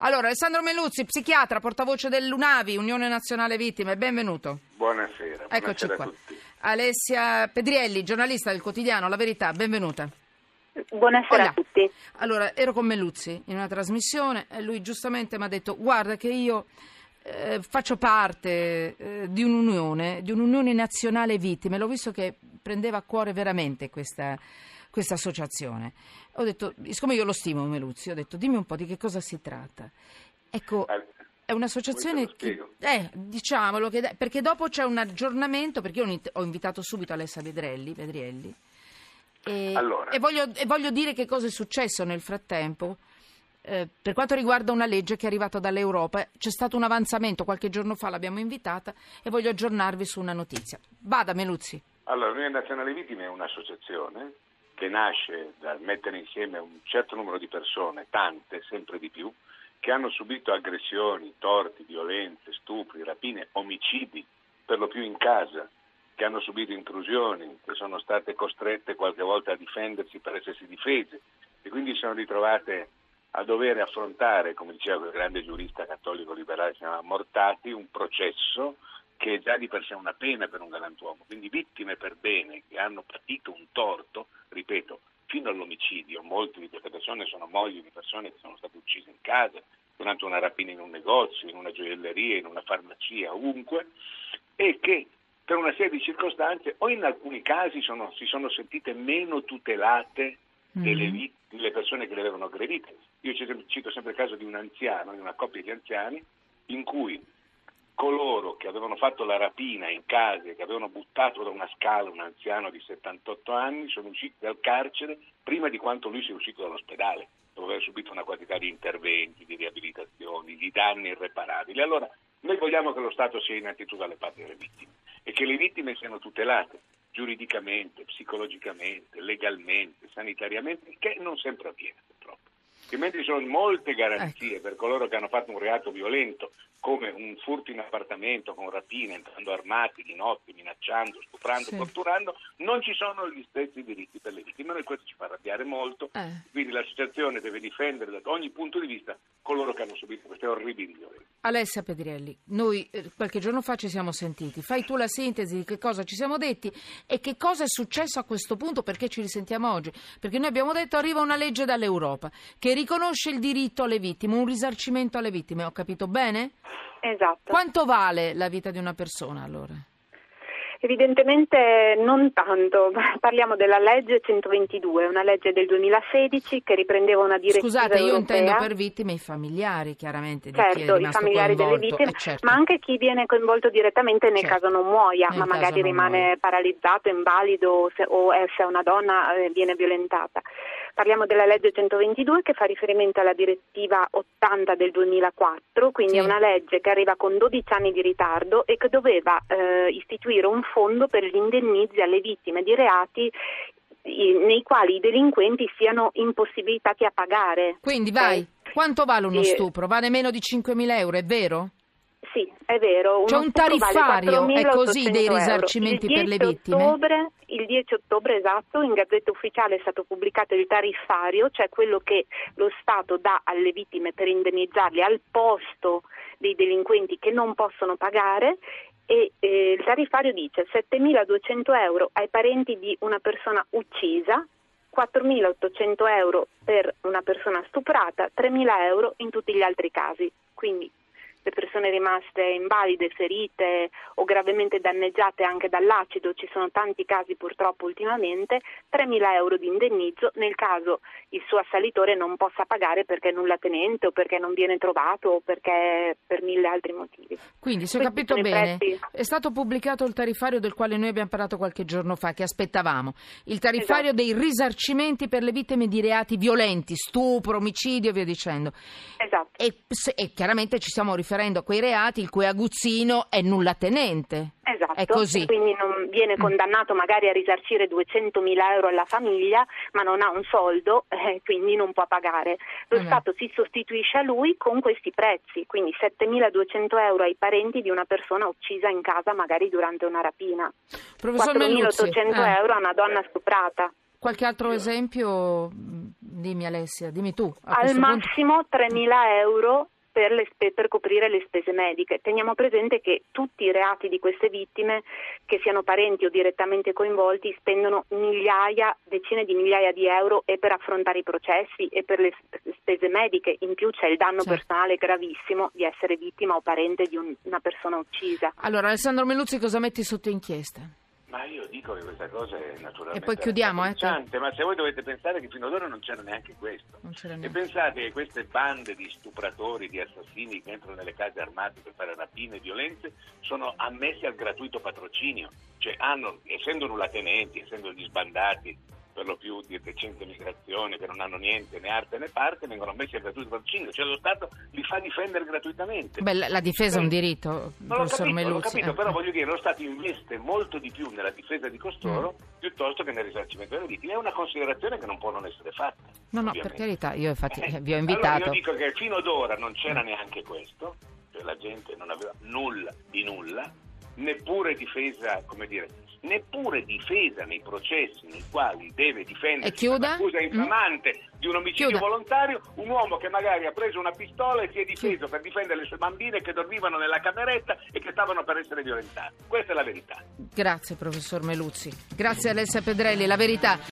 Allora, Alessandro Melluzzi, psichiatra, portavoce dell'UNAVI, Unione Nazionale Vittime, benvenuto. Buonasera. Eccoci Buonasera qua. a tutti. Alessia Pedrielli, giornalista del quotidiano La Verità, benvenuta. Buonasera a tutti. Allora, ero con Melluzzi in una trasmissione e lui giustamente mi ha detto: guarda che io faccio parte di un'unione nazionale vittime. L'ho visto che prendeva a cuore veramente questa associazione. Ho detto, siccome io lo stimo Melluzzi, ho detto: dimmi un po' di che cosa si tratta. Ecco, è un'associazione che, diciamolo, perché dopo c'è un aggiornamento, perché io ho invitato subito Alessia Pedrielli e voglio dire che cosa è successo nel frattempo. Per quanto riguarda una legge che è arrivata dall'Europa, c'è stato un avanzamento, qualche giorno fa l'abbiamo invitata e voglio aggiornarvi su una notizia. Vada Melluzzi. Allora, l'Unione Nazionale Vittime è un'associazione che nasce dal mettere insieme un certo numero di persone, tante, sempre di più, che hanno subito aggressioni, torti, violenze, stupri, rapine, omicidi, per lo più in casa, che hanno subito intrusioni, che sono state costrette qualche volta a difendersi per essersi difese e quindi sono ritrovate a dover affrontare, come diceva quel grande giurista cattolico liberale, si chiama Mortati, un processo che è già di per sé una pena per un galantuomo. Quindi vittime per bene che hanno patito un torto, ripeto, fino all'omicidio. Molte di queste persone sono mogli di persone che sono state uccise in casa, durante una rapina in un negozio, in una gioielleria, in una farmacia, ovunque, e che per una serie di circostanze o in alcuni casi si sono sentite meno tutelate delle persone che le avevano aggredite. Io cito sempre il caso di un anziano, di una coppia di anziani, in cui coloro che avevano fatto la rapina in casa e che avevano buttato da una scala un anziano di 78 anni sono usciti dal carcere prima di quanto lui sia uscito dall'ospedale, dove aveva subito una quantità di interventi, di riabilitazioni, di danni irreparabili. Allora, noi vogliamo che lo Stato sia innanzitutto dalle parti delle vittime e che le vittime siano tutelate giuridicamente, psicologicamente, legalmente, sanitariamente, che non sempre avviene purtroppo. Altrimenti ci sono molte garanzie per coloro che hanno fatto un reato violento, come un furto in appartamento con rapina, entrando armati di notte, minacciando, stuprando, torturando, non ci sono gli stessi diritti per le vittime. Noi questo ci fa arrabbiare molto, quindi l'associazione deve difendere da ogni punto di vista coloro che hanno subito queste orribili violenze. Alessia Pedrielli, noi qualche giorno fa ci siamo sentiti, fai tu la sintesi di che cosa ci siamo detti e che cosa è successo a questo punto, perché ci risentiamo oggi, perché noi abbiamo detto arriva una legge dall'Europa che riconosce il diritto alle vittime, un risarcimento alle vittime, ho capito bene? Esatto. Quanto vale la vita di una persona allora? Evidentemente non tanto, parliamo della legge 122, una legge del 2016 che riprendeva una direttiva Scusate, io europea. intendo per vittime i familiari, chiaramente, di certo, chi è rimasto i familiari coinvolto. delle vittime, Certo. Ma anche chi viene coinvolto direttamente nel caso non muoia, ma magari rimane paralizzato, invalido o se è una donna viene violentata. Parliamo della legge 122 che fa riferimento alla direttiva 80 del 2004, quindi è una legge che arriva con 12 anni di ritardo e che doveva istituire un fondo per gli indennizzi alle vittime di reati nei quali i delinquenti siano impossibilitati a pagare. Quindi quanto vale uno stupro? Vale meno di 5.000 euro, è vero? Sì, è vero. C'è un tariffario, vale è così, dei risarcimenti per le vittime? Il 10 ottobre, esatto, in Gazzetta Ufficiale è stato pubblicato il tariffario, cioè quello che lo Stato dà alle vittime per indennizzarli al posto dei delinquenti che non possono pagare. E il tariffario dice 7.200 euro ai parenti di una persona uccisa, 4.800 euro per una persona stuprata, 3.000 euro in tutti gli altri casi. Quindi le persone rimaste invalide, ferite o gravemente danneggiate anche dall'acido, ci sono tanti casi purtroppo ultimamente, 3.000 euro di indennizzo nel caso il suo assalitore non possa pagare perché è nullatenente o perché non viene trovato o perché per 1.000 altri motivi. Quindi, se ho capito bene, è stato pubblicato il tariffario del quale noi abbiamo parlato qualche giorno fa, che aspettavamo, il tariffario dei risarcimenti per le vittime di reati violenti, stupro, omicidio e via dicendo. Esatto. E chiaramente ci stiamo riferendo a quei reati il cui aguzzino è nullatenente. Esatto, è così. Quindi non viene condannato magari a risarcire 200.000 euro alla famiglia, ma non ha un soldo, quindi non può pagare. Lo Stato si sostituisce a lui con questi prezzi, quindi 7.200 euro ai parenti di una persona uccisa in casa magari durante una rapina, 4.800 euro a una donna stuprata. Qualche altro esempio? Dimmi Alessia, dimmi tu. Al massimo 3.000 euro per coprire le spese mediche. Teniamo presente che tutti i reati di queste vittime, che siano parenti o direttamente coinvolti, spendono decine di migliaia di euro e per affrontare i processi e per le spese mediche. In più c'è il danno personale gravissimo di essere vittima o parente di una persona uccisa. Allora, Alessandro Meluzzi, cosa metti sotto inchiesta? Ma io dico che questa cosa è naturalmente... E poi chiudiamo, ma se voi dovete pensare che fino ad ora non c'era neanche questo. E pensate che queste bande di stupratori, di assassini che entrano nelle case armate per fare rapine e violenze sono ammessi al gratuito patrocinio. Cioè essendo nullatenenti, essendo gli sbandati per lo più di recente migrazione, che non hanno niente, né arte né parte, vengono messi al gratuito patrocinio, cioè lo Stato li fa difendere gratuitamente. Beh, la difesa è un diritto, professor Meluzzi. L'ho capito, però voglio dire, lo Stato investe molto di più nella difesa di costoro piuttosto che nel risarcimento delle vittime. È una considerazione che non può non essere fatta. No, per carità, io infatti vi ho invitato. Allora io dico che fino ad ora non c'era neanche questo, cioè la gente non aveva nulla di nulla, neppure difesa, neppure difesa nei processi nei quali deve difendersi un'accusa infamante di un omicidio volontario, un uomo che magari ha preso una pistola e si è difeso per difendere le sue bambine che dormivano nella cameretta e che stavano per essere violentate. Questa è la verità. Grazie professor Meluzzi. Grazie Alessia Pedrelli, la verità.